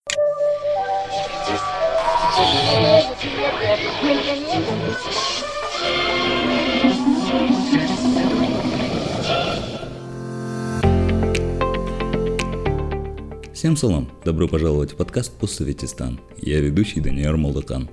Всем салам! Добро пожаловать в подкаст «Постсоветистан». Я ведущий Даниил Молдакан.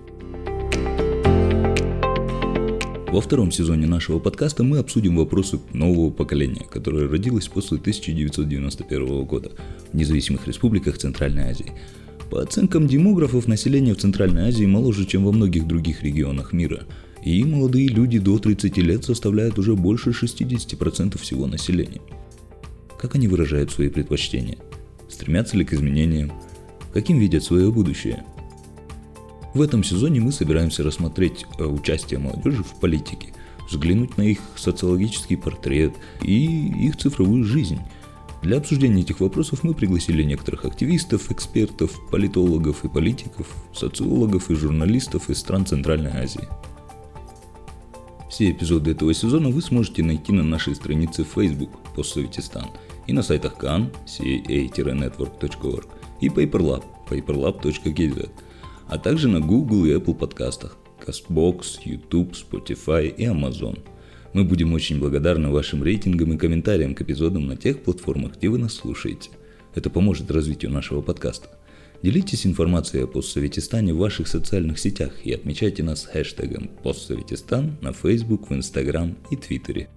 Во втором сезоне нашего подкаста мы обсудим вопросы нового поколения, которое родилось после 1991 года в независимых республиках Центральной Азии. По оценкам демографов, население в Центральной Азии моложе, чем во многих других регионах мира. И молодые люди до 30 лет составляют уже больше 60% всего населения. Как они выражают свои предпочтения? Стремятся ли к изменениям? Каким видят свое будущее? В этом сезоне мы собираемся рассмотреть участие молодежи в политике, взглянуть на их социологический портрет и их цифровую жизнь. Для обсуждения этих вопросов мы пригласили некоторых активистов, экспертов, политологов и политиков, социологов и журналистов из стран Центральной Азии. Все эпизоды этого сезона вы сможете найти на нашей странице в Facebook «Постсоветистан» и на сайтах CAN, ca-network.org и PaperLab, paperlab.kz, а также на Google и Apple подкастах, CastBox, YouTube, Spotify и Amazon. Мы будем очень благодарны вашим рейтингам и комментариям к эпизодам на тех платформах, где вы нас слушаете. Это поможет развитию нашего подкаста. Делитесь информацией о Постсоветистане в ваших социальных сетях и отмечайте нас хэштегом «Постсоветистан» на Facebook, в Instagram и Твиттере.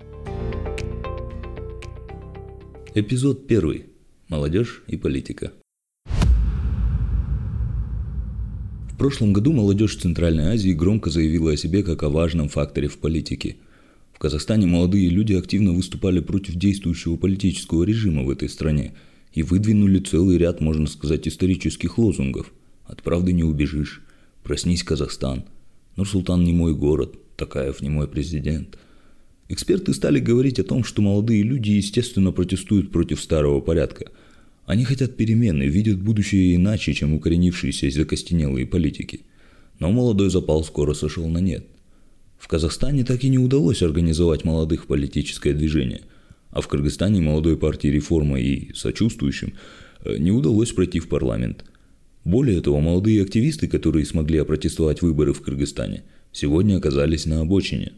Эпизод 1. Молодежь и политика. В прошлом году молодежь Центральной Азии громко заявила о себе как о важном факторе в политике. В Казахстане молодые люди активно выступали против действующего политического режима в этой стране и выдвинули целый ряд, можно сказать, исторических лозунгов. «От правды не убежишь», «Проснись, Казахстан», «Нур-Султан не мой город», «Токаев не мой президент». Эксперты стали говорить о том, что молодые люди, естественно, протестуют против старого порядка. Они хотят перемен и видят будущее иначе, чем укоренившиеся и закостенелые политики. Но молодой запал скоро сошел на нет. В Казахстане так и не удалось организовать молодых в политическое движение, а в Кыргызстане молодой партии «Реформа» и сочувствующим не удалось пройти в парламент. Более того, молодые активисты, которые смогли опротестовать выборы в Кыргызстане, сегодня оказались на обочине.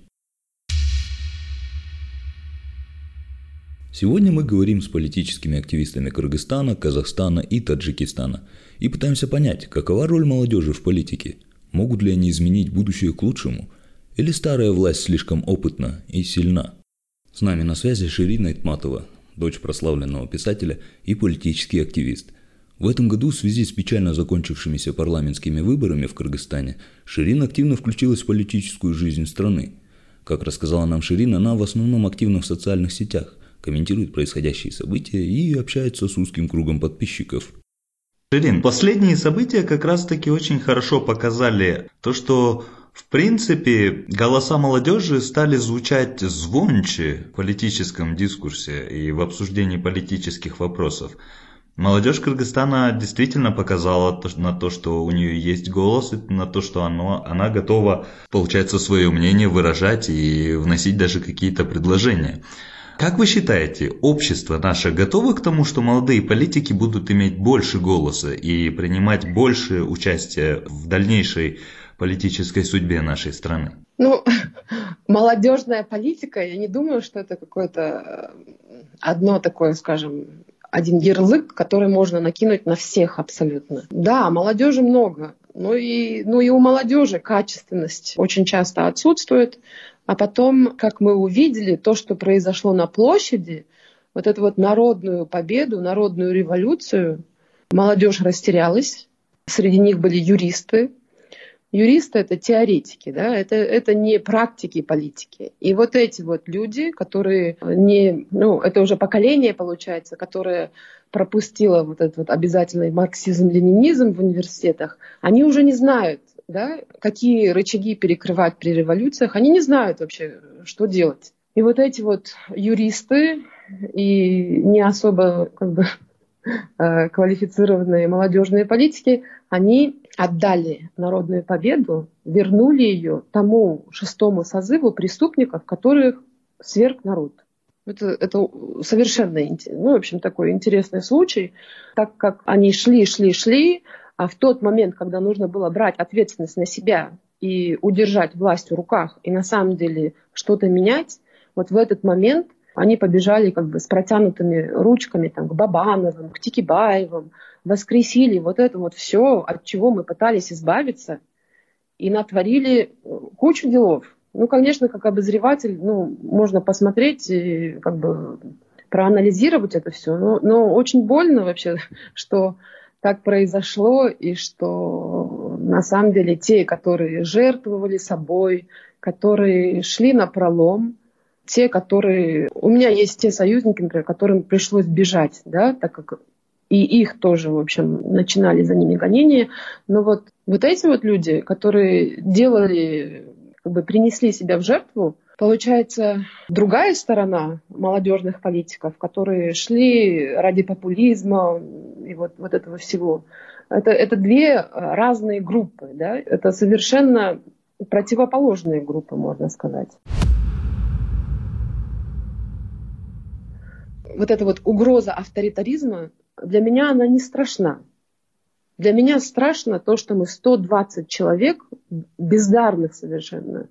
Сегодня мы говорим с политическими активистами Кыргызстана, Казахстана и Таджикистана и пытаемся понять, какова роль молодежи в политике, могут ли они изменить будущее к лучшему, или старая власть слишком опытна и сильна. С нами на связи Ширин Айтматова, дочь прославленного писателя и политический активист. В этом году в связи с печально закончившимися парламентскими выборами в Кыргызстане Ширин активно включилась в политическую жизнь страны. Как рассказала нам Ширин, она в основном активна в социальных сетях, комментирует происходящие события и общается с узким кругом подписчиков. Ширин, последние события как раз-таки очень хорошо показали то, что в принципе голоса молодежи стали звучать звонче в политическом дискурсе и в обсуждении политических вопросов. Молодежь Кыргызстана действительно показала на то, что у нее есть голос, и на то, что она готова, получается, свое мнение выражать и вносить даже какие-то предложения. Как вы считаете, общество наше готово к тому, что молодые политики будут иметь больше голоса и принимать больше участия в дальнейшей политической судьбе нашей страны? Молодежная политика, я не думаю, что это какое-то одно такое, скажем, один ярлык, который можно накинуть на всех абсолютно. Да, молодежи много, но и у молодежи качественность очень часто отсутствует. А потом, как мы увидели, то, что произошло на площади, вот эту вот народную победу, народную революцию, молодежь растерялась. Среди них были юристы. Юристы — это теоретики, да? Это не практики политики. И вот эти вот люди, которые это уже поколение, получается, которое пропустило вот этот вот обязательный марксизм-ленинизм в университетах, они уже не знают, да, какие рычаги перекрывать при революциях, они не знают вообще, что делать. И вот эти вот юристы и не особо квалифицированные молодежные политики, они отдали народную победу, вернули ее тому 6-му созыву преступников, которых сверг народ. Это совершенно, в общем, такой интересный случай, так как они шли, а в тот момент, когда нужно было брать ответственность на себя и удержать власть в руках, и на самом деле что-то менять, вот в этот момент они побежали как бы с протянутыми ручками там, к Бабановым, к Тикибаевым, воскресили вот это вот все, от чего мы пытались избавиться, и натворили кучу делов. Конечно, как обозреватель, можно посмотреть и как бы проанализировать это все, но очень больно вообще, что так произошло, и что на самом деле те, которые жертвовали собой, которые шли напролом, те, которые... У меня есть те союзники, например, которым пришлось бежать, да, так как и их тоже, в общем, начинали за ними гонения. Но вот эти вот люди, которые делали, как бы принесли себя в жертву, получается, другая сторона молодежных политиков, которые шли ради популизма и вот этого всего, это две разные группы, да? Это совершенно противоположные группы, можно сказать. Вот эта вот угроза авторитаризма, для меня она не страшна. Для меня страшно то, что мы 120 человек, бездарных совершенно,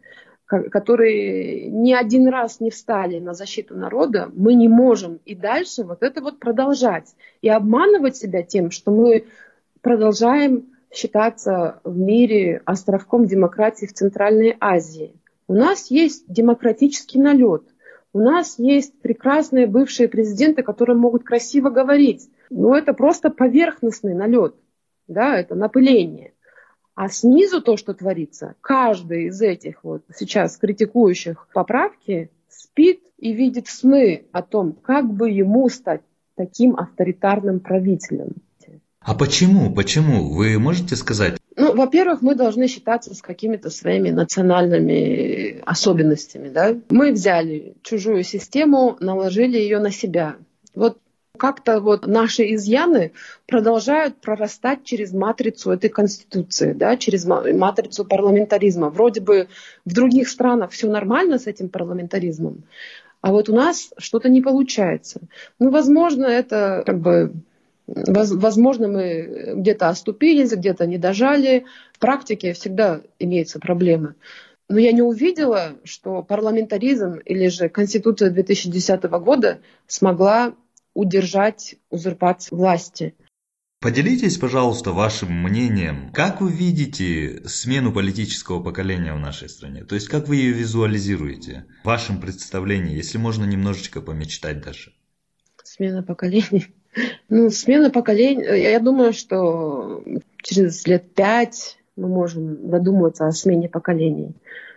которые ни один раз не встали на защиту народа, мы не можем и дальше вот это вот продолжать. И обманывать себя тем, что мы продолжаем считаться в мире островком демократии в Центральной Азии. У нас есть демократический налет. У нас есть прекрасные бывшие президенты, которые могут красиво говорить. Но это просто поверхностный налет. Да, это напыление. А снизу то, что творится, каждый из этих вот сейчас критикующих поправки спит и видит сны о том, как бы ему стать таким авторитарным правителем. А почему? Почему? Вы можете сказать? Во-первых, мы должны считаться с какими-то своими национальными особенностями. Да? Мы взяли чужую систему, наложили ее на себя. Вот как-то вот наши изъяны продолжают прорастать через матрицу этой конституции, да, через матрицу парламентаризма. Вроде бы в других странах все нормально с этим парламентаризмом, а вот у нас что-то не получается. Возможно, это как бы... Возможно, мы где-то оступились, где-то не дожали. В практике всегда имеются проблемы. Но я не увидела, что парламентаризм или же Конституция 2010 года смогла удержать узурпацию власти. Поделитесь, пожалуйста, вашим мнением. Как вы видите смену политического поколения в нашей стране? То есть, как вы ее визуализируете в вашем представлении, если можно немножечко помечтать даже? Смена поколений. Смена поколений. Я думаю, что через лет 5 мы можем задумываться о смене поколений.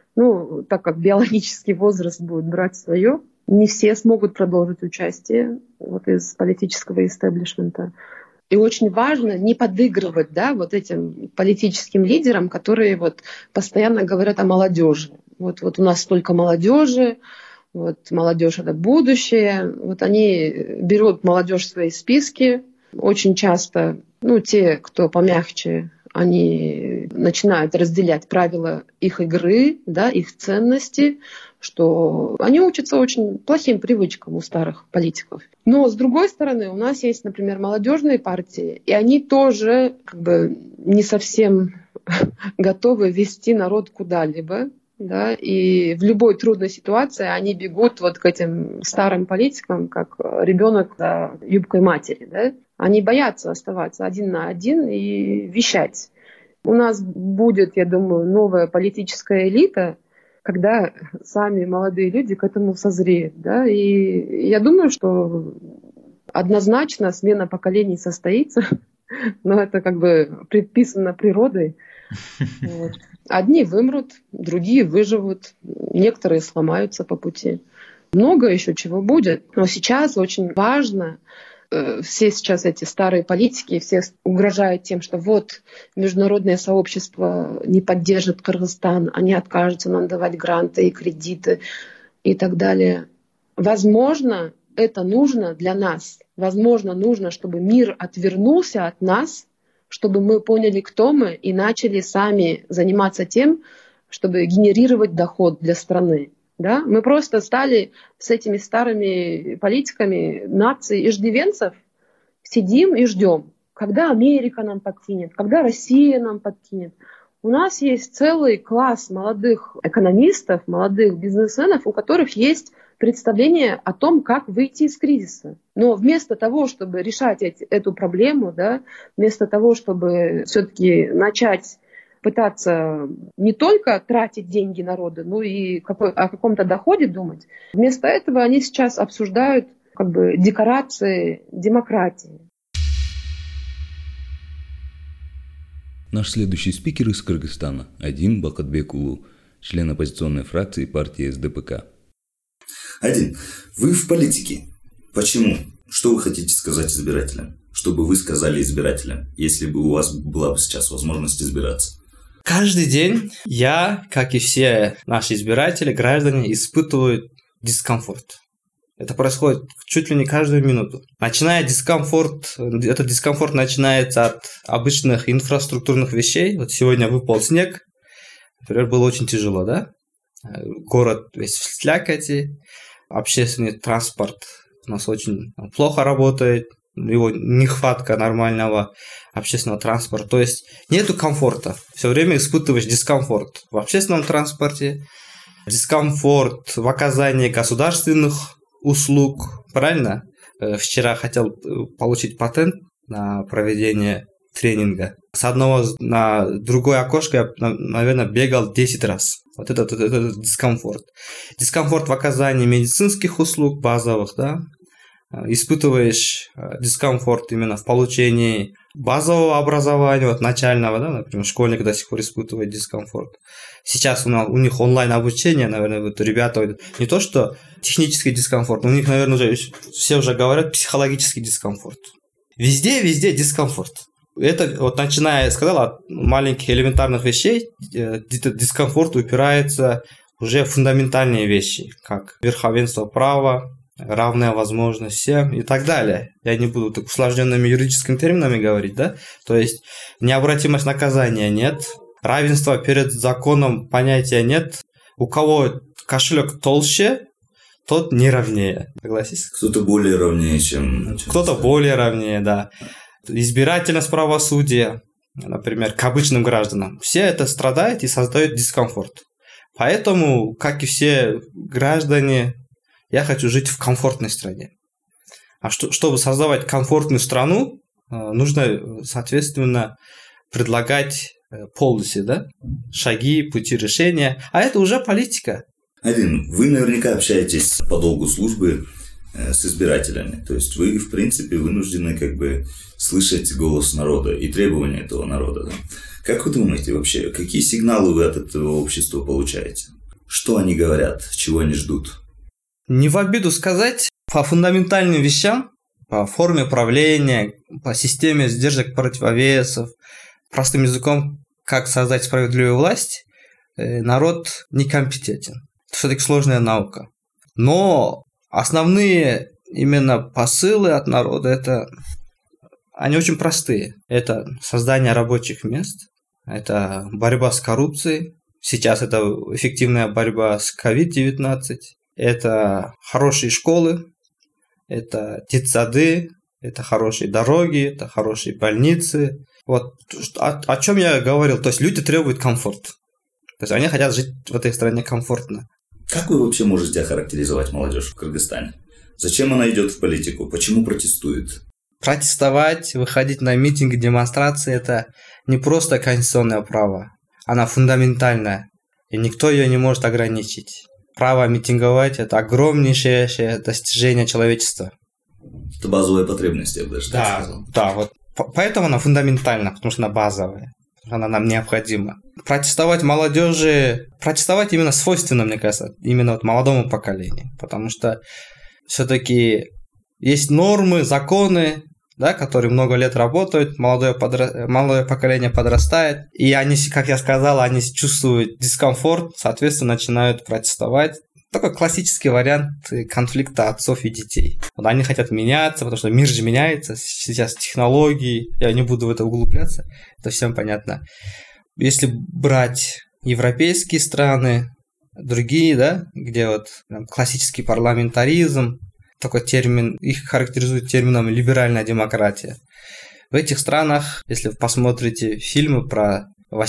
Так как биологический возраст будет брать свое, не все смогут продолжить участие из политического истеблишмента. И очень важно не подыгрывать, этим политическим лидерам, которые постоянно говорят о молодежи. Вот у нас столько молодежи, молодежь — это будущее. Они берут молодежь в свои списки. Очень часто, те, кто помягче, они начинают разделять правила их игры, их ценности, что они учатся очень плохим привычкам у старых политиков. Но, с другой стороны, у нас есть, например, молодежные партии, и они тоже не совсем готовы вести народ куда-либо. Да, и в любой трудной ситуации они бегут к этим старым политикам, как ребенок за юбкой матери. Да? Они боятся оставаться один на один и вещать. У нас будет, я думаю, новая политическая элита, когда сами молодые люди к этому созреют. Да? И я думаю, что однозначно смена поколений состоится, но это предписано природой. Одни вымрут, другие выживут, некоторые сломаются по пути. Много еще чего будет. Но сейчас очень важно, все сейчас эти старые политики, все угрожают тем, что международное сообщество не поддержит Кыргызстан, они откажутся нам давать гранты и кредиты и так далее. Возможно, это нужно для нас. Возможно, нужно, чтобы мир отвернулся от нас, чтобы мы поняли, кто мы, и начали сами заниматься тем, чтобы генерировать доход для страны. Да? Мы просто стали с этими старыми политиками наций иждивенцев, сидим и ждем, когда Америка нам подкинет, когда Россия нам подкинет. У нас есть целый класс молодых экономистов, молодых бизнесменов, у которых есть представление о том, как выйти из кризиса. Но вместо того, чтобы решать эту проблему, да, вместо того, чтобы все-таки начать пытаться не только тратить деньги народа, но и о каком-то доходе думать, вместо этого они сейчас обсуждают декорации демократии. Наш следующий спикер из Кыргызстана – Адин Бакытбек-уулу, член оппозиционной фракции партии СДПК. Адин, вы в политике. Почему? Что вы хотите сказать избирателям? Что бы вы сказали избирателям, если бы у вас была бы сейчас возможность избираться? Каждый день я, как и все наши избиратели, граждане, испытываю дискомфорт. Это происходит чуть ли не каждую минуту. Этот дискомфорт начинается от обычных инфраструктурных вещей. Вот сегодня выпал снег, например, было очень тяжело, да? Город весь в слякоти, общественный транспорт у нас очень плохо работает, его нехватка нормального общественного транспорта. То есть нету комфорта. Все время испытываешь дискомфорт в общественном транспорте, дискомфорт в оказании государственных услуг. Правильно? Вчера хотел получить патент на проведение тренинга. С одного на другое окошко я, наверное, бегал 10 раз. Вот это дискомфорт. Дискомфорт в оказании медицинских услуг базовых, да? Испытываешь дискомфорт именно в получении базового образования, вот начального, да, например, школьник до сих пор испытывает дискомфорт. Сейчас у них онлайн обучение, наверное, вот ребята, не то что технический дискомфорт, у них, наверное, все уже говорят психологический дискомфорт. Везде дискомфорт. Это вот сказал, от маленьких элементарных вещей дискомфорт упирается уже в фундаментальные вещи, как верховенство права, равная возможность всем и так далее. Я не буду так усложненными юридическими терминами говорить, да? То есть необратимость наказания нет, равенства перед законом понятия нет. У кого кошелек толще, тот не равнее. Согласись? Кто-то более равнее, чем... Кто-то более равнее, да. Избирательность правосудия, например, к обычным гражданам. Все это страдает и создает дискомфорт. Поэтому, как и все граждане, я хочу жить в комфортной стране. А чтобы создавать комфортную страну, нужно, соответственно, предлагать policy, да? Шаги, пути решения. А это уже политика. Адин, вы наверняка общаетесь по долгу службы с избирателями. То есть вы, в принципе, вынуждены слышать голос народа и требования этого народа. Да? Как вы думаете вообще, какие сигналы вы от этого общества получаете? Что они говорят, чего они ждут? Не в обиду сказать, по фундаментальным вещам, по форме правления, по системе сдержек противовесов, простым языком, как создать справедливую власть, народ некомпетентен. Это все-таки сложная наука. Но основные именно посылы от народа, они очень простые. Это создание рабочих мест, это борьба с коррупцией. Сейчас это эффективная борьба с COVID-19. Это хорошие школы, это детсады, это хорошие дороги, это хорошие больницы. Вот о чем я говорил. То есть люди требуют комфорт. То есть они хотят жить в этой стране комфортно. Как вы вообще можете охарактеризовать молодежь в Кыргызстане? Зачем она идет в политику? Почему протестует? Протестовать, выходить на митинги, демонстрации – это не просто конституционное право. Она фундаментальная, и никто ее не может ограничить. Право митинговать – это огромнейшее достижение человечества. Это базовая потребность, я бы даже так сказал. Да, вот поэтому она фундаментальна, потому что она базовая, потому что она нам необходима. Протестовать именно свойственно, мне кажется, именно молодому поколению, потому что все-таки есть нормы, законы, да, которые много лет работают, молодое поколение подрастает, и они, как я сказал, они чувствуют дискомфорт, соответственно, начинают протестовать. Такой классический вариант конфликта отцов и детей. Вот они хотят меняться, потому что мир же меняется, сейчас технологии, я не буду в это углубляться, это всем понятно. Если брать европейские страны, другие, да, где вот классический парламентаризм, такой термин, их характеризуют термином либеральная демократия. В этих странах, если вы посмотрите фильмы про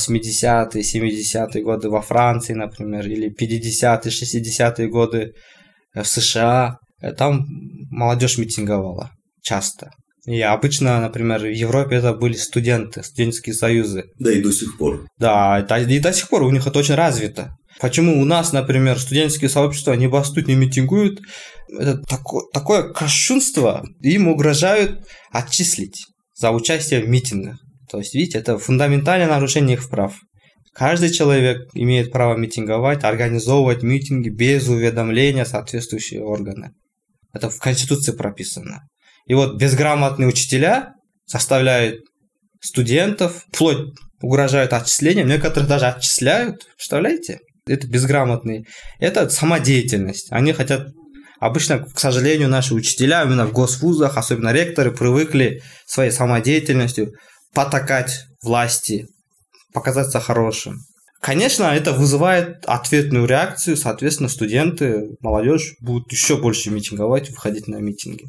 80-е, 70-е годы во Франции, например, или 50-е, 60-е годы в США, там молодежь митинговала часто. И обычно, например, в Европе это были студенты, студенческие союзы. Да, и до сих пор. Да, и до сих пор у них это очень развито. Почему у нас, например, студенческие сообщества не бастуют, не митингуют? Это такое кощунство, им угрожают отчислить за участие в митингах. То есть, видите, это фундаментальное нарушение их прав. Каждый человек имеет право митинговать, организовывать митинги без уведомления соответствующие органы. Это в Конституции прописано. И вот безграмотные учителя заставляют студентов, вплоть угрожают отчислением, некоторых даже отчисляют, представляете? Это безграмотные. Это самодеятельность. Они хотят... Обычно, к сожалению, наши учителя именно в госвузах, особенно ректоры, привыкли своей самодеятельностью потакать власти, показаться хорошим. Конечно, это вызывает ответную реакцию, соответственно, студенты, молодежь будут еще больше митинговать, выходить на митинги.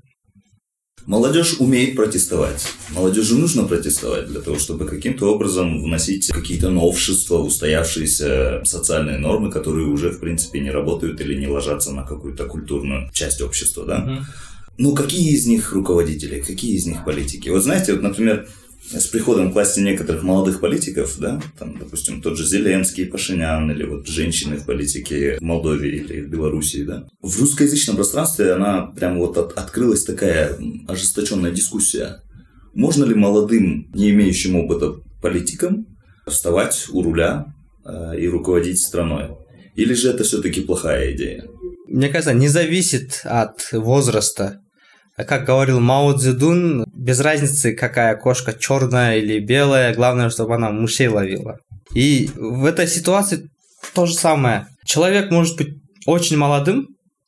Молодежь умеет протестовать. Молодежи нужно протестовать для того, чтобы каким-то образом вносить какие-то новшества, устоявшиеся социальные нормы, которые уже, в принципе, не работают или не ложатся на какую-то культурную часть общества, да? Ну, какие из них руководители, какие из них политики? Вот знаете, вот, например, с приходом к власти некоторых молодых политиков, да, там, допустим, тот же Зеленский, Пашинян, или вот женщины в политике в Молдове или в Белоруссии, да, в русскоязычном пространстве она прям вот открылась такая ожесточенная дискуссия. Можно ли молодым, не имеющим опыта политикам, вставать у руля и руководить страной? Или же это все-таки плохая идея? Мне кажется, не зависит от возраста. Как говорил Мао Цзэдун, без разницы, какая кошка, черная или белая, главное, чтобы она мышей ловила. И в этой ситуации то же самое. Человек может быть очень молодым,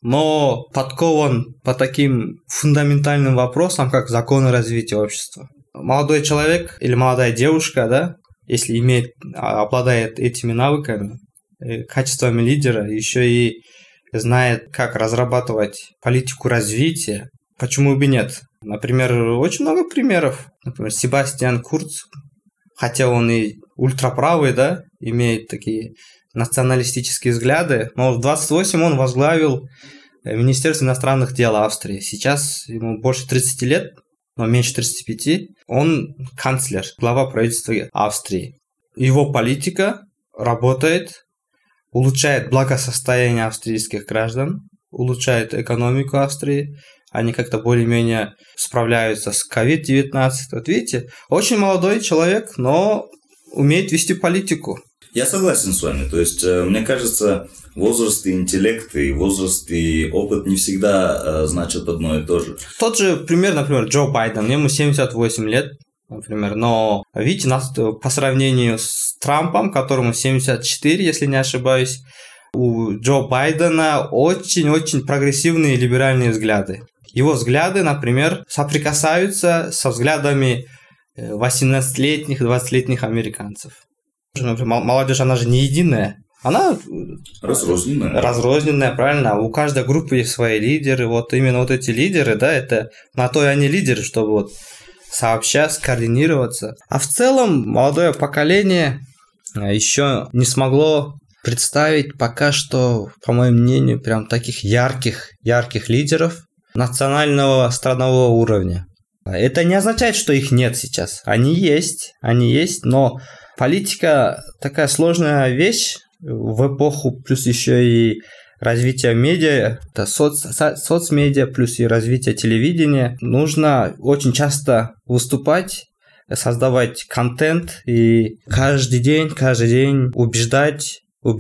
но подкован по таким фундаментальным вопросам, как законы развития общества. Молодой человек или молодая девушка, да, если обладает этими навыками, качествами лидера, еще и знает, как разрабатывать политику развития, почему бы нет? Например, очень много примеров. Например, Себастьян Курц, хотя он и ультраправый, да, имеет такие националистические взгляды, но в 28 он возглавил Министерство иностранных дел Австрии. Сейчас ему больше 30 лет, но меньше 35. Он канцлер, глава правительства Австрии. Его политика работает, улучшает благосостояние австрийских граждан, улучшает экономику Австрии. Они как-то более-менее справляются с COVID-19. Вот видите, очень молодой человек, но умеет вести политику. Я согласен с вами. То есть, мне кажется, возраст и интеллект, и возраст и опыт не всегда значат одно и то же. Тот же пример, например, Джо Байден. Ему 78 лет, например. Но, видите, по сравнению с Трампом, которому 74, если не ошибаюсь, у Джо Байдена очень-очень прогрессивные либеральные взгляды. Его взгляды, например, соприкасаются со взглядами 18-летних, 20-летних американцев. Например, молодежь, она же не единая. Она разрозненная, правильно. У каждой группы есть свои лидеры. Вот именно вот эти лидеры, да, это на то и они лидеры, чтобы вот сообща скоординироваться. А в целом молодое поколение еще не смогло представить пока что, по моему мнению, прям таких ярких лидеров национального странового уровня. Это не означает, что их нет сейчас. Они есть, но политика такая сложная вещь в эпоху, плюс еще и развитие медиа, это соцмедиа, плюс и развитие телевидения. Нужно очень часто выступать, создавать контент и каждый день убеждать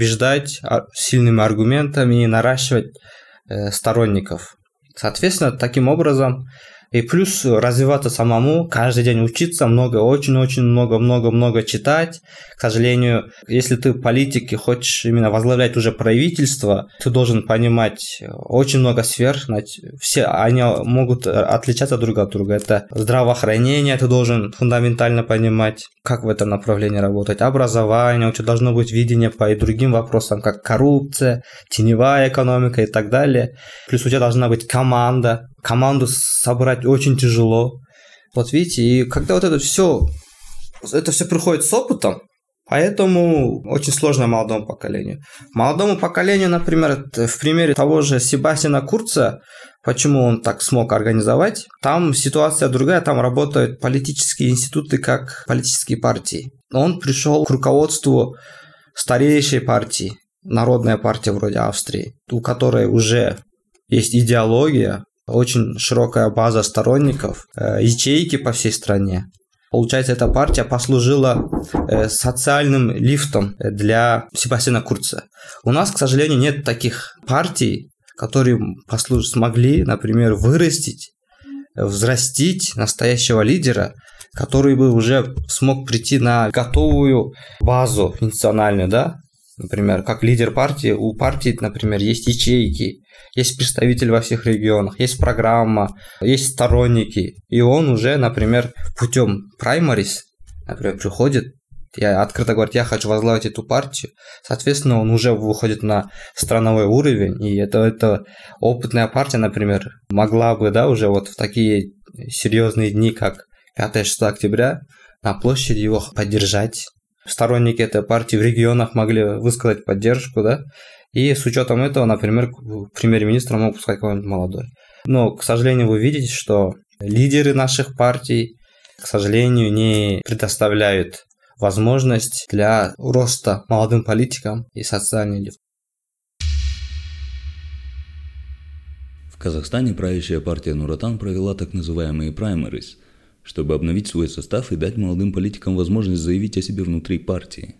сильными аргументами и наращивать сторонников. Соответственно, таким образом И плюс развиваться самому, каждый день учиться, очень-очень много читать. К сожалению, если ты политик и хочешь именно возглавлять уже правительство, ты должен понимать очень много сфер. Все они могут отличаться друг от друга. Это здравоохранение, ты должен фундаментально понимать, как в этом направлении работать. Образование, у тебя должно быть видение по и другим вопросам, как коррупция, теневая экономика и так далее. Плюс у тебя должна быть команда. Команду собрать очень тяжело. Вот видите, и когда вот это все приходит с опытом, поэтому очень сложно молодому поколению. Молодому поколению, например, в примере того же Себастьяна Курца, почему он так смог организовать, там ситуация другая, там работают политические институты как политические партии. Он пришел к руководству старейшей партии, народная партия вроде Австрии, у которой уже есть идеология, очень широкая база сторонников, ячейки по всей стране. Получается, эта партия послужила социальным лифтом для Себастьяна Курца. У нас, к сожалению, нет таких партий, которые смогли, например, вырастить, взрастить настоящего лидера, который бы уже смог прийти на готовую базу институциональную, да? Например, как лидер партии, у партии, например, есть ячейки, есть представитель во всех регионах, есть программа, есть сторонники. И он уже, например, путем праймарис, например, приходит, открыто говорит, я хочу возглавить эту партию. Соответственно, он уже выходит на страновой уровень. И это опытная партия, например, могла бы, да, уже вот в такие серьезные дни, как 5-6 октября, на площади его поддержать. Сторонники этой партии в регионах могли высказать поддержку, да, и с учетом этого, например, премьер-министра мог пускать какой-нибудь молодой. Но, к сожалению, вы видите, что лидеры наших партий, к сожалению, не предоставляют возможность для роста молодым политикам и социальной лифт. В Казахстане правящая партия Нур-Отан провела так называемые праймерис, чтобы обновить свой состав и дать молодым политикам возможность заявить о себе внутри партии.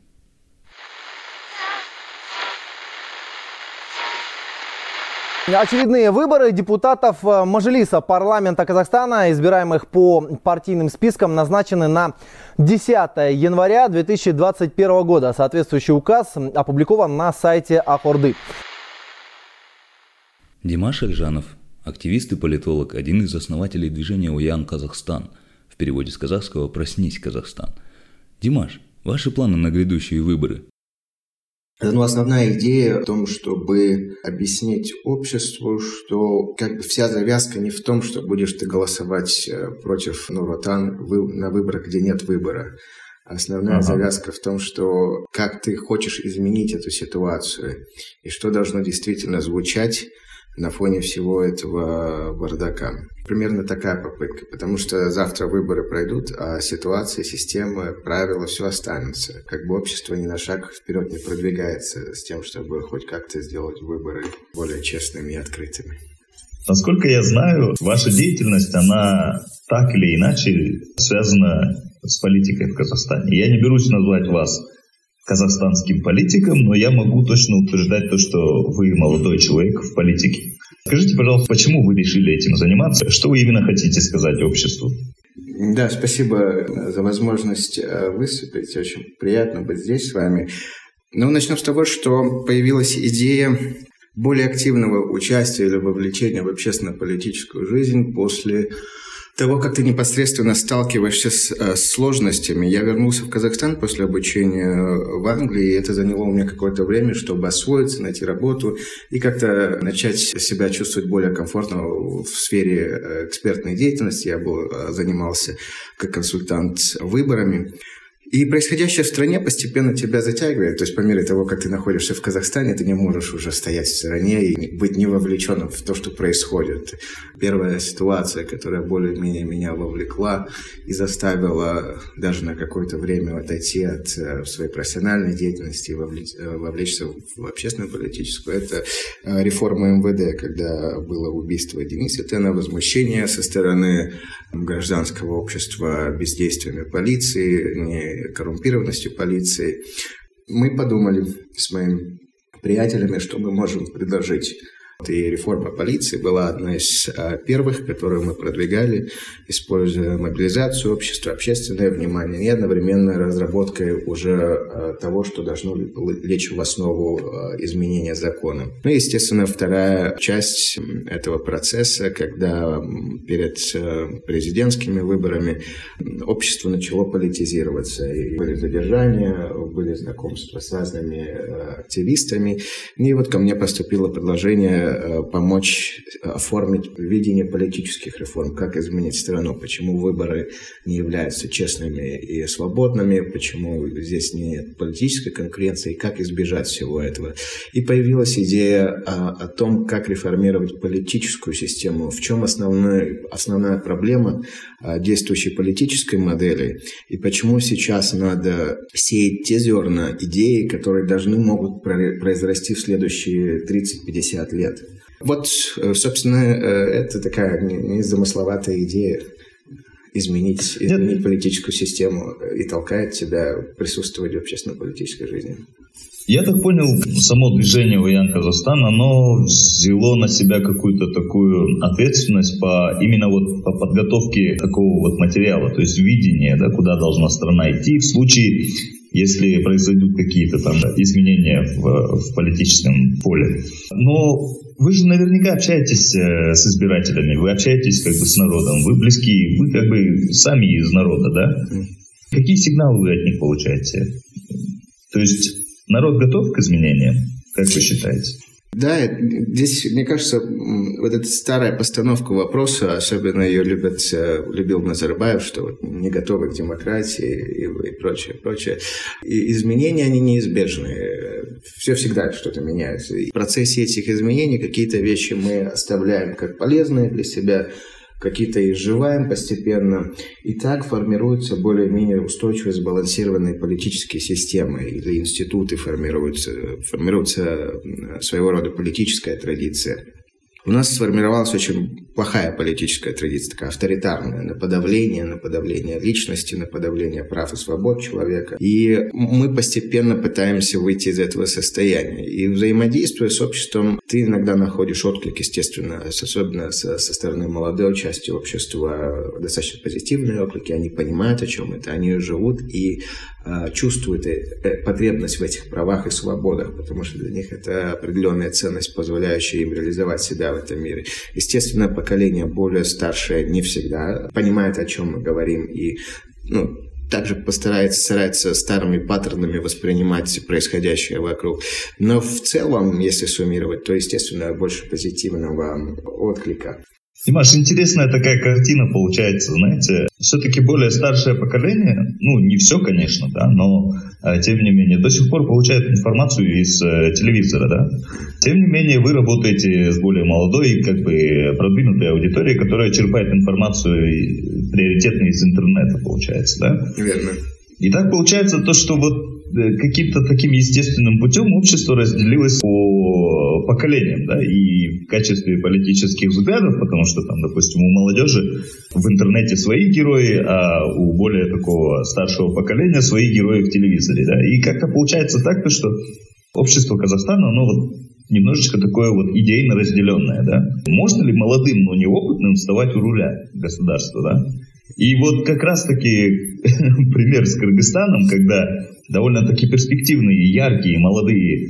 Очередные выборы депутатов Мажилиса парламента Казахстана, избираемых по партийным спискам, назначены на 10 января 2021 года. Соответствующий указ опубликован на сайте Ак-Орды. Димаш Альжанов, активист и политолог, один из основателей движения «Уян Казахстан», в переводе с казахского «Проснись, Казахстан». Димаш, ваши планы на грядущие выборы? Основная идея в том, чтобы объяснить обществу, что вся завязка не в том, что будешь ты голосовать против Нур-Отан на выборах, где нет выбора. Основная завязка в том, что как ты хочешь изменить эту ситуацию и что должно действительно звучать на фоне всего этого бардака. Примерно такая попытка, потому что завтра выборы пройдут, а ситуация, система, правила, все останется. Общество ни на шаг вперед не продвигается с тем, чтобы хоть как-то сделать выборы более честными и открытыми. Насколько я знаю, ваша деятельность, она так или иначе связана с политикой в Казахстане. Я не берусь назвать вас казахстанским политиком, но я могу точно утверждать то, что вы молодой человек в политике. Скажите, пожалуйста, почему вы решили этим заниматься? Что вы именно хотите сказать обществу? Да, спасибо за возможность выступить. Очень приятно быть здесь с вами. Начнем с того, что появилась идея более активного участия или вовлечения в общественно-политическую жизнь после того, как ты непосредственно сталкиваешься с сложностями. Я вернулся в Казахстан после обучения в Англии, и это заняло у меня какое-то время, чтобы освоиться, найти работу и как-то начать себя чувствовать более комфортно в сфере экспертной деятельности. Я занимался как консультант выборами. И происходящее в стране постепенно тебя затягивает. То есть по мере того, как ты находишься в Казахстане, ты не можешь уже стоять в стороне и быть не вовлеченным в то, что происходит. Первая ситуация, которая более-менее меня вовлекла и заставила даже на какое-то время отойти от своей профессиональной деятельности и вовлечься в общественную политическую, это реформа МВД, когда было убийство Дениса Тена, возмущение со стороны гражданского общества бездействиями полиции, коррумпированностью полиции. Мы подумали с моими приятелями, что мы можем предложить И реформа полиции была одной из первых, которую мы продвигали, используя мобилизацию общества, общественное внимание и одновременно разработкой уже того, что должно лечь в основу изменения закона. Ну и, естественно, вторая часть этого процесса, когда перед президентскими выборами общество начало политизироваться. И были задержания, были знакомства с разными активистами. И вот ко мне поступило предложение помочь оформить видение политических реформ, как изменить страну, почему выборы не являются честными и свободными, почему здесь нет политической конкуренции, и как избежать всего этого. И появилась идея о том, как реформировать политическую систему, в чем основная проблема действующей политической модели, и почему сейчас надо сеять те зерна идеи, которые могут произрасти в следующие 30-50 лет. Вот, собственно, это такая незамысловатая идея изменить политическую систему и толкает тебя присутствовать в общественно-политической жизни. Я так понял, само движение «Уян Казахстан», оно взяло на себя какую-то такую ответственность именно по подготовке такого вот материала, то есть видения, да, куда должна страна идти в случае, если произойдут какие-то там изменения в политическом поле. Но вы же наверняка общаетесь с избирателями, вы общаетесь как бы с народом, вы близки, вы как бы сами из народа, да? Какие сигналы вы от них получаете? То есть народ готов к изменениям, как вы считаете? Да, здесь, мне кажется, вот эта старая постановка вопроса, особенно ее любил Назарбаев, что вот не готовы к демократии и прочее. И изменения, они неизбежны. Все всегда что-то меняется. И в процессе этих изменений какие-то вещи мы оставляем как полезные для себя, какие-то изживаем постепенно, и так формируются более-менее устойчивые, сбалансированные политические системы, или институты формируются своего рода политическая традиция. У нас сформировалась очень плохая политическая традиция, такая авторитарная, на подавление личности, на подавление прав и свобод человека. И мы постепенно пытаемся выйти из этого состояния. И взаимодействуя с обществом, ты иногда находишь отклик, естественно, особенно со стороны молодой части общества, достаточно позитивные отклики, они понимают, о чем это, они живут и чувствуют потребность в этих правах и свободах, потому что для них это определенная ценность, позволяющая им реализовать себя в этом мире. Естественно, поколение более старшее не всегда понимает, о чем мы говорим, и также старается старыми паттернами воспринимать происходящее вокруг. Но в целом, если суммировать, то, естественно, больше позитивного отклика. Димаш, интересная такая картина получается, знаете, все-таки более старшее поколение, не все, конечно, да, но тем не менее до сих пор получает информацию из телевизора, да. Тем не менее вы работаете с более молодой, как бы продвинутой аудиторией, которая черпает информацию приоритетно из интернета, получается, да. Верно. И так получается то, что вот каким-то таким естественным путем общество разделилось по поколениям, да, и в качестве политических взглядов, потому что там, допустим, у молодежи в интернете свои герои, а у более такого старшего поколения свои герои в телевизоре, да, и как-то получается так, что общество Казахстана, оно вот немножечко такое вот идейно разделенное, да. Можно ли молодым, но неопытным вставать у руля государства, да? И вот как раз-таки пример с Кыргызстаном, когда довольно-таки перспективные, яркие, молодые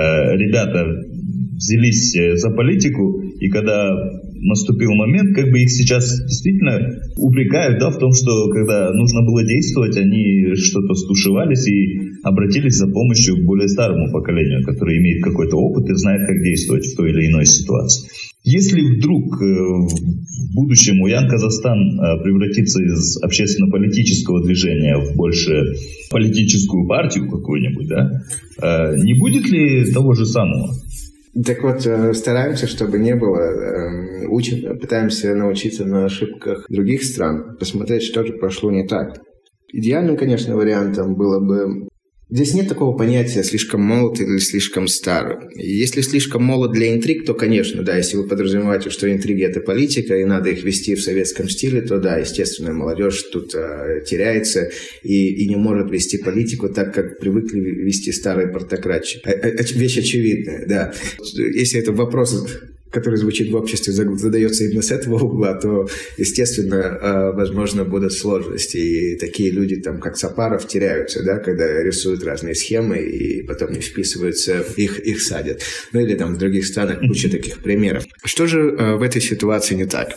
ребята взялись за политику, и когда наступил момент, как бы их сейчас действительно упрекают, да, в том, что когда нужно было действовать, они что-то стушевались и обратились за помощью к более старому поколению, которое имеет какой-то опыт и знает, как действовать в той или иной ситуации. Если вдруг в будущем Уян Казахстан превратится из общественно-политического движения в больше политическую партию какую-нибудь, да, не будет ли того же самого? Так вот, стараемся, чтобы не было. Пытаемся научиться на ошибках других стран, посмотреть, что же пошло не так. Идеальным, конечно, вариантом было бы... Здесь нет такого понятия «слишком молод» или «слишком стар». Если слишком молод для интриг, то, конечно, да, если вы подразумеваете, что интриги – это политика, и надо их вести в советском стиле, то, да, естественно, молодежь тут теряется и не может вести политику так, как привыкли вести старые партократчики. Вещь очевидная, да. Если это вопрос который звучит в обществе, задается именно с этого угла, то, естественно, возможно, будут сложности. И такие люди, там, как Сапаров, теряются, да, когда рисуют разные схемы и потом не вписываются, их садят. Ну или там в других странах куча таких примеров. Что же в этой ситуации не так?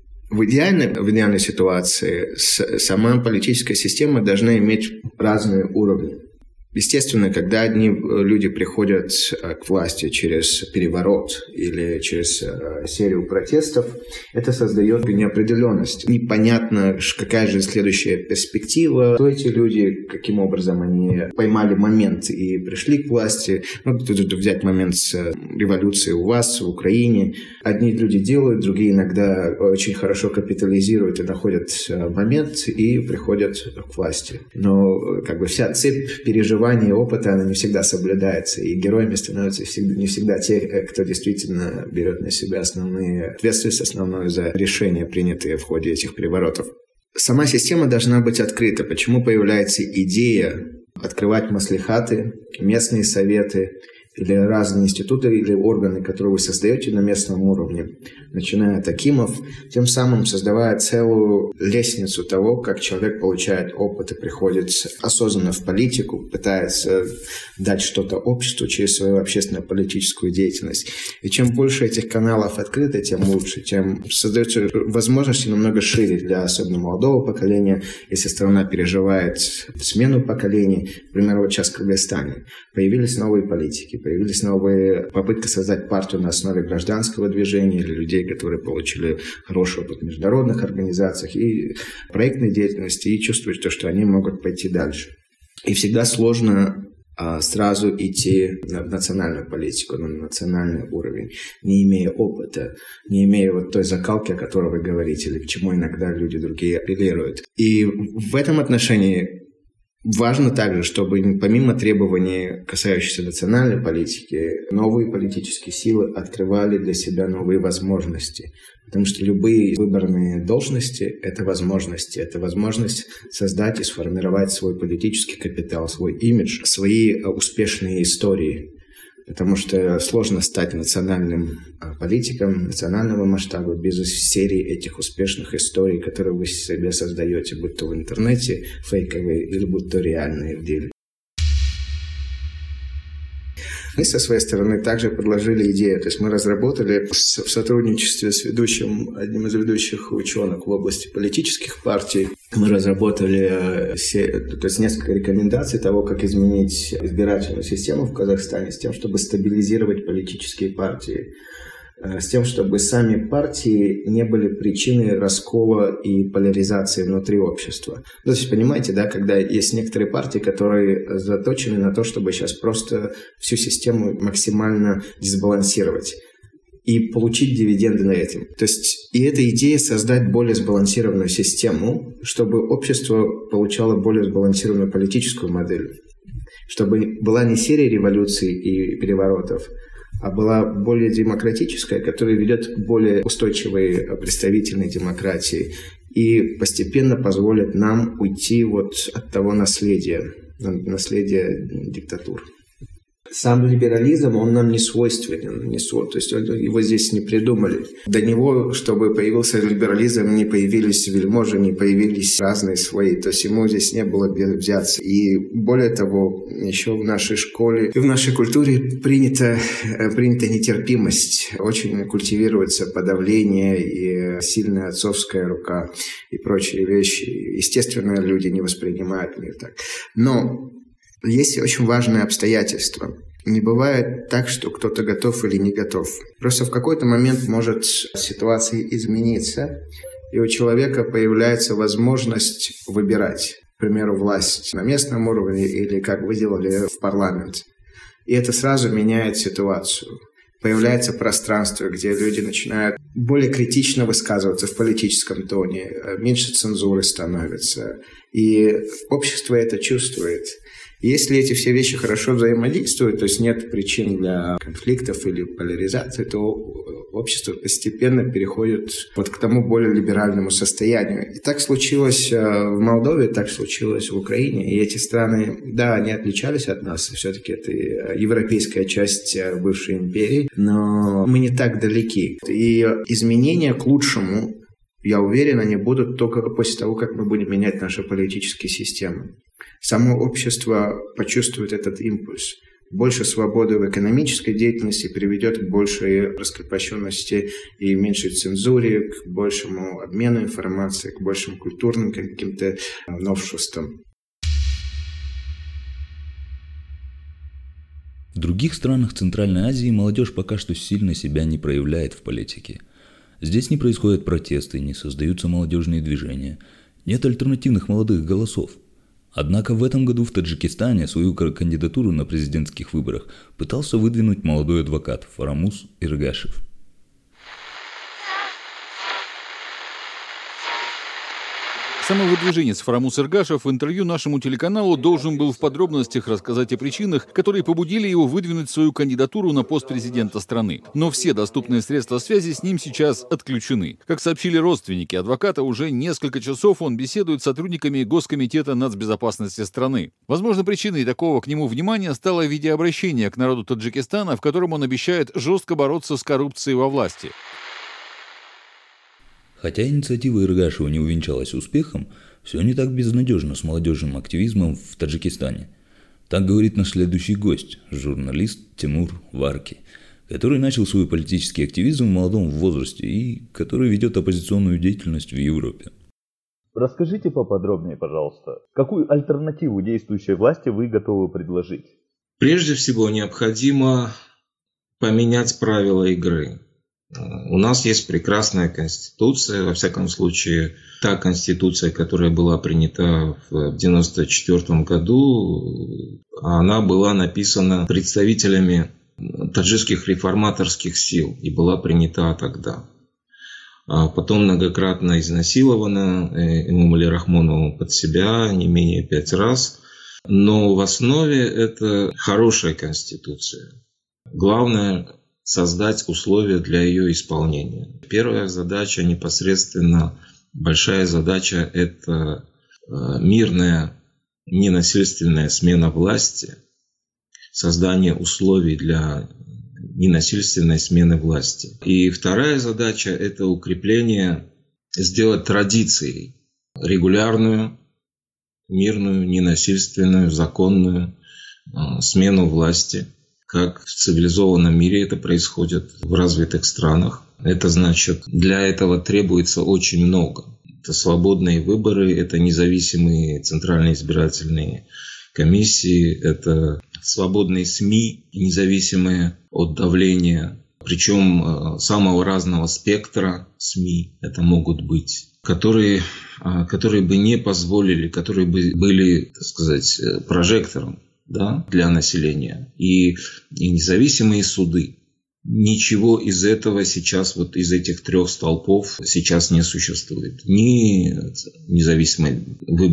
В идеальной ситуации сама политическая система должна иметь разные уровни. Естественно, когда одни люди приходят к власти через переворот или через серию протестов, это создает неопределенность. Непонятно, какая же следующая перспектива, кто эти люди, каким образом они поймали момент и пришли к власти. Ну, тут взять момент с революцией у вас в Украине. Одни люди делают, другие иногда очень хорошо капитализируют и находят момент и приходят к власти. Но как бы вся цепь переживаний опыта, она не всегда соблюдается, и героями становятся не всегда те, кто действительно берет на себя ответственность основную за решения, принятые в ходе этих переворотов. Сама система должна быть открыта. Почему появляется идея открывать маслихаты, местные советы или разные институты или органы, которые вы создаете на местном уровне, начиная от акимов, тем самым создавая целую лестницу того, как человек получает опыт и приходит осознанно в политику, пытается дать что-то обществу через свою общественно-политическую деятельность. И чем больше этих каналов открыто, тем лучше, тем создаются возможности намного шире для особенно молодого поколения, если страна переживает смену поколений. Например, вот сейчас в Кыргызстане появились новые политики, появились новые попытки создать партию на основе гражданского движения или людей, которые получили хороший опыт в международных организациях и проектной деятельности, и чувствуют, что они могут пойти дальше. И всегда сложно сразу идти в национальную политику, на национальный уровень, не имея опыта, не имея вот той закалки, о которой вы говорите, или к чему иногда люди другие апеллируют. И в этом отношении важно также, чтобы помимо требований, касающихся национальной политики, новые политические силы открывали для себя новые возможности. Потому что любые выборные должности – это возможности. Это возможность создать и сформировать свой политический капитал, свой имидж, свои успешные истории. Потому что сложно стать национальным политиком национального масштаба без серии этих успешных историй, которые вы себе создаете, будь то в интернете фейковые или будь то реальные в деле. Мы со своей стороны также предложили идею, то есть мы разработали в сотрудничестве с одним из ведущих ученых в области политических партий, мы разработали несколько рекомендаций того, как изменить избирательную систему в Казахстане с тем, чтобы стабилизировать политические партии, с тем, чтобы сами партии не были причиной раскола и поляризации внутри общества. То есть, понимаете, да, когда есть некоторые партии, которые заточены на то, чтобы сейчас просто всю систему максимально дисбалансировать и получить дивиденды на этом. То есть, и эта идея создать более сбалансированную систему, чтобы общество получало более сбалансированную политическую модель, чтобы была не серия революций и переворотов, а была более демократическая, которая ведет к более устойчивой представительной демократии и постепенно позволит нам уйти вот от того наследия диктатур. Сам либерализм, он нам не свойственен, то есть его здесь не придумали. До него, чтобы появился либерализм, не появились вельможи, не появились разные свои, то есть ему здесь не было где взяться. И более того, еще в нашей школе и в нашей культуре принята нетерпимость, очень культивируется подавление и сильная отцовская рука и прочие вещи. Естественно, люди не воспринимают мир так. Но есть очень важное обстоятельство. Не бывает так, что кто-то готов или не готов. Просто в какой-то момент может ситуация измениться, и у человека появляется возможность выбирать, к примеру, власть на местном уровне или, как вы делали, в парламент. И это сразу меняет ситуацию. Появляется пространство, где люди начинают более критично высказываться в политическом тоне, меньше цензуры становится. И общество это чувствует. Если эти все вещи хорошо взаимодействуют, то есть нет причин для конфликтов или поляризации, то общество постепенно переходит вот к тому более либеральному состоянию. И так случилось в Молдове, так случилось в Украине. И эти страны, да, они отличались от нас. Все-таки это европейская часть бывшей империи, но мы не так далеки. И изменения к лучшему, я уверен, они будут только после того, как мы будем менять наши политические системы. Само общество почувствует этот импульс. Больше свободы в экономической деятельности приведет к большей раскрепощенности и меньшей цензуре, к большему обмену информацией, к большим культурным каким-то новшествам. В других странах Центральной Азии молодежь пока что сильно себя не проявляет в политике. Здесь не происходят протесты, не создаются молодежные движения, нет альтернативных молодых голосов. Однако в этом году в Таджикистане свою кандидатуру на президентских выборах пытался выдвинуть молодой адвокат Фарамуз Эргашев. Самовыдвиженец Фарамуз Эргашев в интервью нашему телеканалу должен был в подробностях рассказать о причинах, которые побудили его выдвинуть свою кандидатуру на пост президента страны. Но все доступные средства связи с ним сейчас отключены. Как сообщили родственники адвоката, уже несколько часов он беседует с сотрудниками Госкомитета нацбезопасности страны. Возможно, причиной такого к нему внимания стало видеообращение к народу Таджикистана, в котором он обещает жестко бороться с коррупцией во власти. Хотя инициатива Эргашева не увенчалась успехом, все не так безнадежно с молодежным активизмом в Таджикистане. Так говорит наш следующий гость, журналист Тимур Варки, который начал свой политический активизм в молодом возрасте и который ведет оппозиционную деятельность в Европе. Расскажите поподробнее, пожалуйста, какую альтернативу действующей власти вы готовы предложить? Прежде всего, необходимо поменять правила игры. У нас есть прекрасная конституция, во всяком случае, та конституция, которая была принята в 1994 году, она была написана представителями таджикских реформаторских сил и была принята тогда. А потом многократно изнасилована Эмомали Рахмоновым под себя, не менее 5 раз. Но в основе это хорошая конституция. Главное – создать условия для ее исполнения. Первая задача, непосредственно большая задача, это мирная, ненасильственная смена власти, создание условий для ненасильственной смены власти. И вторая задача – это укрепление, сделать традицией регулярную, мирную, ненасильственную, законную смену власти. Как в цивилизованном мире это происходит в развитых странах. Это значит, для этого требуется очень много. Это свободные выборы, это независимые центральные избирательные комиссии, это свободные СМИ, независимые от давления, причем самого разного спектра СМИ это могут быть, которые бы не позволили, которые бы были, так сказать, прожектором, да, для населения, и независимые суды. Ничего из этого сейчас, вот из этих 3 столпов сейчас не существует. Ни независимой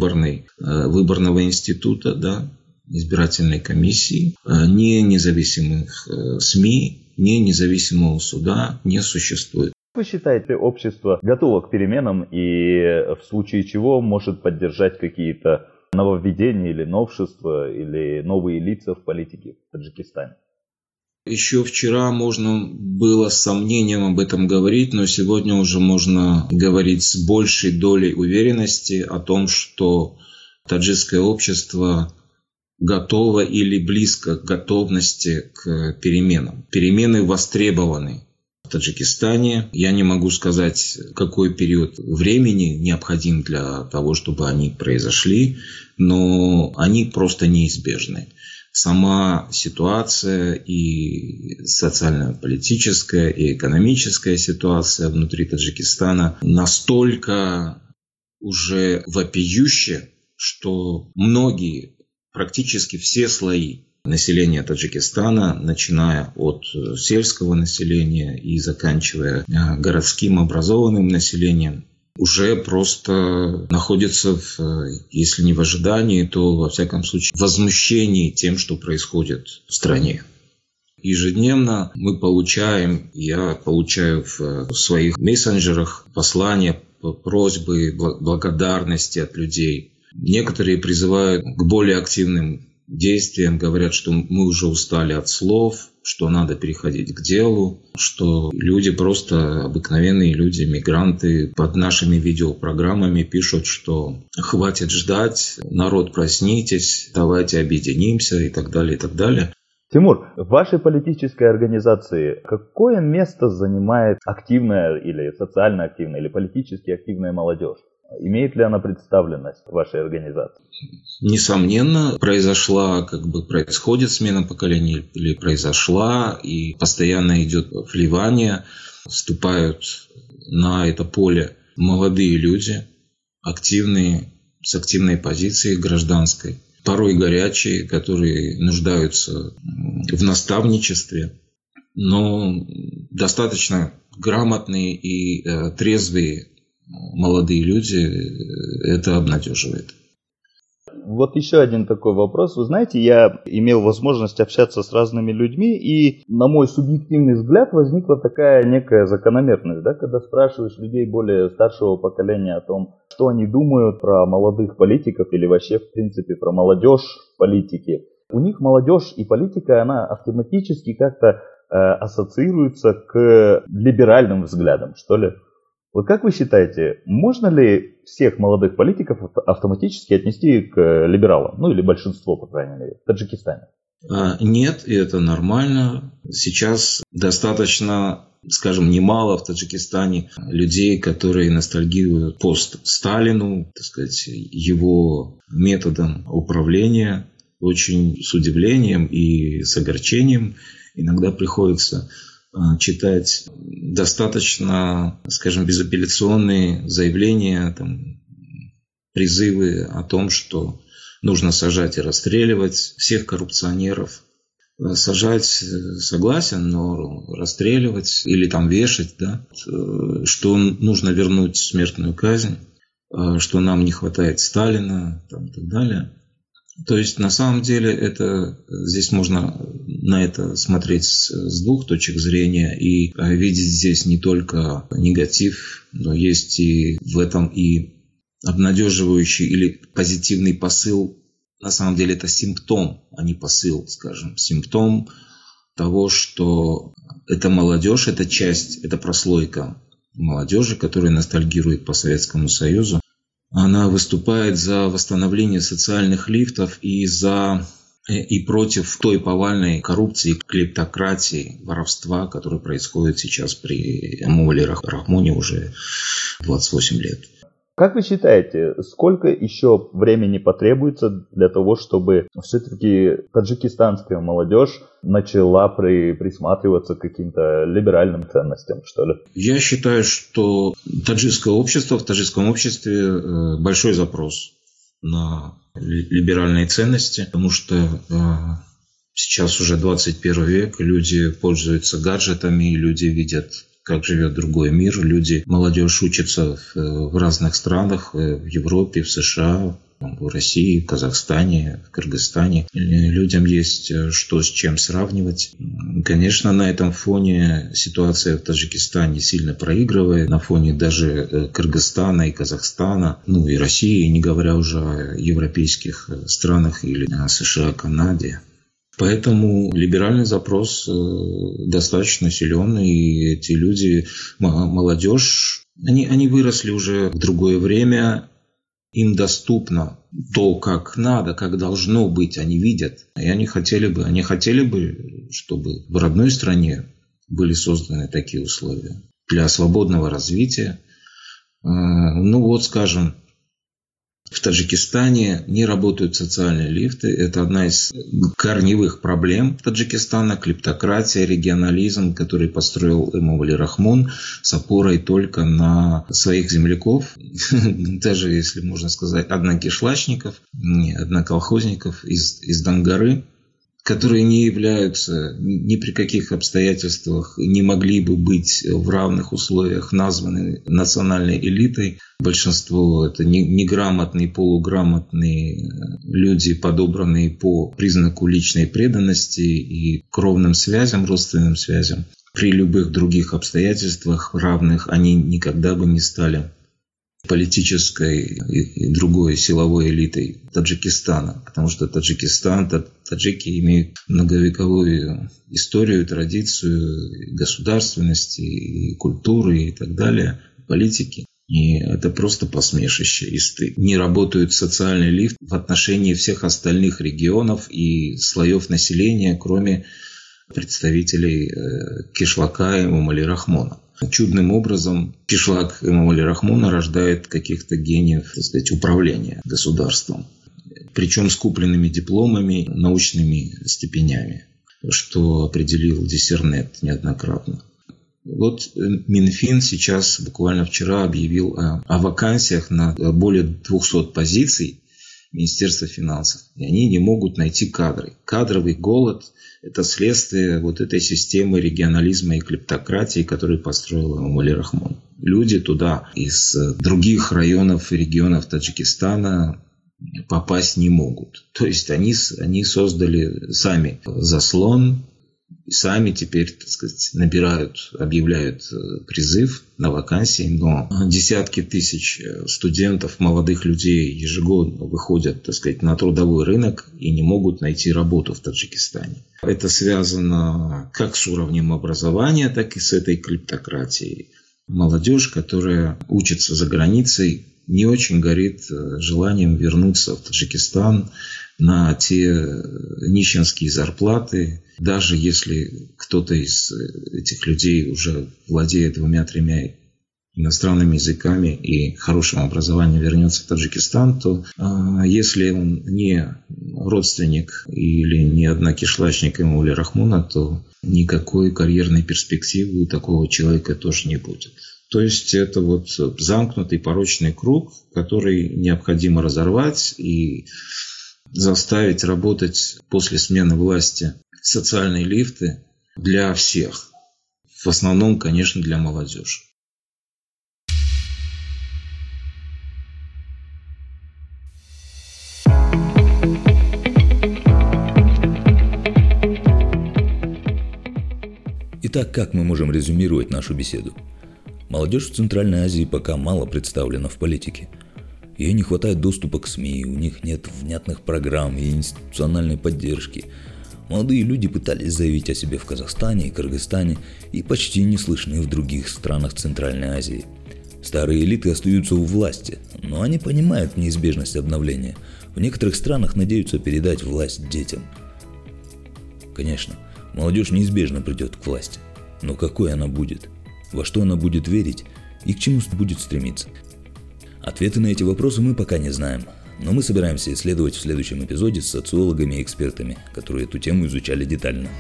выборного института, да, избирательной комиссии, ни независимых СМИ, ни независимого суда не существует. Вы считаете, общество готово к переменам и в случае чего может поддержать какие-то нововведения или новшества, или новые лица в политике в Таджикистане? Еще вчера можно было с сомнением об этом говорить, но сегодня уже можно говорить с большей долей уверенности о том, что таджикское общество готово или близко к готовности к переменам. Перемены востребованы в Таджикистане. Я не могу сказать, какой период времени необходим для того, чтобы они произошли, но они просто неизбежны. Сама ситуация и социально-политическая, и экономическая ситуация внутри Таджикистана настолько уже вопиющая, что многие, практически все слои населения Таджикистана, начиная от сельского населения и заканчивая городским образованным населением, уже просто находится, если не в ожидании, то, во всяком случае, в возмущении тем, что происходит в стране. Ежедневно я получаю в своих мессенджерах послания, просьбы, благодарности от людей. Некоторые призывают к более активным действиям, говорят, что мы уже устали от слов, что надо переходить к делу, что люди просто обыкновенные люди, мигранты под нашими видеопрограммами пишут, что хватит ждать, народ, проснитесь, давайте объединимся и так далее, и так далее. Тимур, в вашей политической организации какое место занимает активная или социально активная или политически активная молодежь? Имеет ли она представленность в вашей организации? Несомненно, происходит смена поколений или произошла, и постоянно идет вливание, вступают на это поле молодые люди, активные, с активной позицией гражданской, порой горячие, которые нуждаются в наставничестве, но достаточно грамотные и трезвые молодые люди, это обнадеживает. Вот еще один такой вопрос. Вы знаете, я имел возможность общаться с разными людьми, и, на мой субъективный взгляд, возникла такая некая закономерность, да, когда спрашиваешь людей более старшего поколения о том, что они думают про молодых политиков или вообще, в принципе, про молодежь в политике. У них молодежь и политика, она автоматически как-то ассоциируется к либеральным взглядам, что ли. Вот как вы считаете, можно ли всех молодых политиков автоматически отнести к либералам? Ну или большинство, по крайней мере, в Таджикистане? Нет, и это нормально. Сейчас достаточно, скажем, немало в Таджикистане людей, которые ностальгируют по Сталину, так сказать, его методом управления. Очень с удивлением и с огорчением иногда приходится читать достаточно, скажем, безапелляционные заявления, призывы о том, что нужно сажать и расстреливать всех коррупционеров. Сажать согласен, но расстреливать или вешать, да, что нужно вернуть смертную казнь, что нам не хватает Сталина и так далее. То есть, на самом деле, здесь можно на это смотреть с двух точек зрения и видеть здесь не только негатив, но есть и в этом и обнадеживающий или позитивный посыл. На самом деле, это симптом, а не посыл, скажем. Симптом того, что эта молодежь, эта часть, эта прослойка молодежи, которая ностальгирует по Советскому Союзу, она выступает за восстановление социальных лифтов и против той повальной коррупции, клептократии, воровства, которое происходит сейчас при Эмомали Рахмоне уже 28 лет. Как вы считаете, сколько еще времени потребуется для того, чтобы все-таки таджикистанская молодежь начала присматриваться к каким-то либеральным ценностям, что ли? Я считаю, что в таджикском обществе большой запрос на либеральные ценности, потому что сейчас уже 21 век, люди пользуются гаджетами, люди видят, как живет другой мир. Молодежь учится в разных странах, в Европе, в США, в России, в Казахстане, в Кыргызстане. Людям есть что с чем сравнивать. Конечно, на этом фоне ситуация в Таджикистане сильно проигрывает. На фоне даже Кыргызстана и Казахстана, и России, не говоря уже о европейских странах или о США, Канаде. Поэтому либеральный запрос достаточно силен, и эти люди, молодежь, они выросли уже в другое время, им доступно то, как надо, как должно быть, они видят. И они хотели бы, чтобы в родной стране были созданы такие условия для свободного развития. Скажем, в Таджикистане не работают социальные лифты. Это одна из корневых проблем Таджикистана. Клептократия, регионализм, который построил Эмомали Рахмон с опорой только на своих земляков. Даже, если можно сказать, однокишлачников, одноколхозников из Донгары, которые не являются ни при каких обстоятельствах, не могли бы быть в равных условиях названы национальной элитой. Большинство это неграмотные, полуграмотные люди, подобранные по признаку личной преданности и кровным связям, родственным связям. При любых других обстоятельствах равных они никогда бы не стали политической и другой силовой элитой Таджикистана, потому что таджики имеют многовековую историю, традицию государственности, и культуры и так далее, политики. И это просто посмешище и стыд. Не работает социальный лифт в отношении всех остальных регионов и слоев населения, кроме представителей кишлака Эмомали Рахмона. Чудным образом кишлак Эмомали Рахмона рождает каких-то гениев, так сказать, управления государством. Причем с купленными дипломами, научными степенями, что определил Диссернет неоднократно. Вот Минфин сейчас, буквально вчера, объявил о вакансиях на более 200 позиций Министерства финансов. И они не могут найти кадры. Кадровый голод – это следствие вот этой системы регионализма и клептократии, которую построил Эмомали Рахмон. Люди туда из других районов и регионов Таджикистана попасть не могут. То есть они создали сами заслон, сами теперь, так сказать, объявляют призыв на вакансии, но десятки тысяч студентов, молодых людей ежегодно выходят, так сказать, на трудовой рынок и не могут найти работу в Таджикистане. Это связано как с уровнем образования, так и с этой клептократией. Молодежь, которая учится за границей, не очень горит желанием вернуться в Таджикистан на те нищенские зарплаты, даже если кто-то из этих людей уже владеет 2-3 иностранными языками и хорошим образованием вернется в Таджикистан, то если он не родственник или не однокишлачник Эмомали Рахмона, то никакой карьерной перспективы у такого человека тоже не будет. То есть это вот замкнутый порочный круг, который необходимо разорвать и заставить работать после смены власти социальные лифты для всех. В основном, конечно, для молодежи. Итак, как мы можем резюмировать нашу беседу? Молодежь в Центральной Азии пока мало представлена в политике. Ей не хватает доступа к СМИ, у них нет внятных программ и институциональной поддержки. Молодые люди пытались заявить о себе в Казахстане и Кыргызстане и почти не слышны в других странах Центральной Азии. Старые элиты остаются у власти, но они понимают неизбежность обновления. В некоторых странах надеются передать власть детям. Конечно, молодежь неизбежно придет к власти, но какой она будет? Во что она будет верить и к чему будет стремиться? Ответы на эти вопросы мы пока не знаем, но мы собираемся исследовать в следующем эпизоде с социологами и экспертами, которые эту тему изучали детально.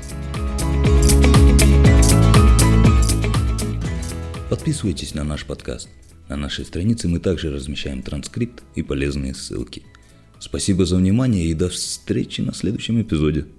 Подписывайтесь на наш подкаст. На нашей странице мы также размещаем транскрипт и полезные ссылки. Спасибо за внимание и до встречи на следующем эпизоде.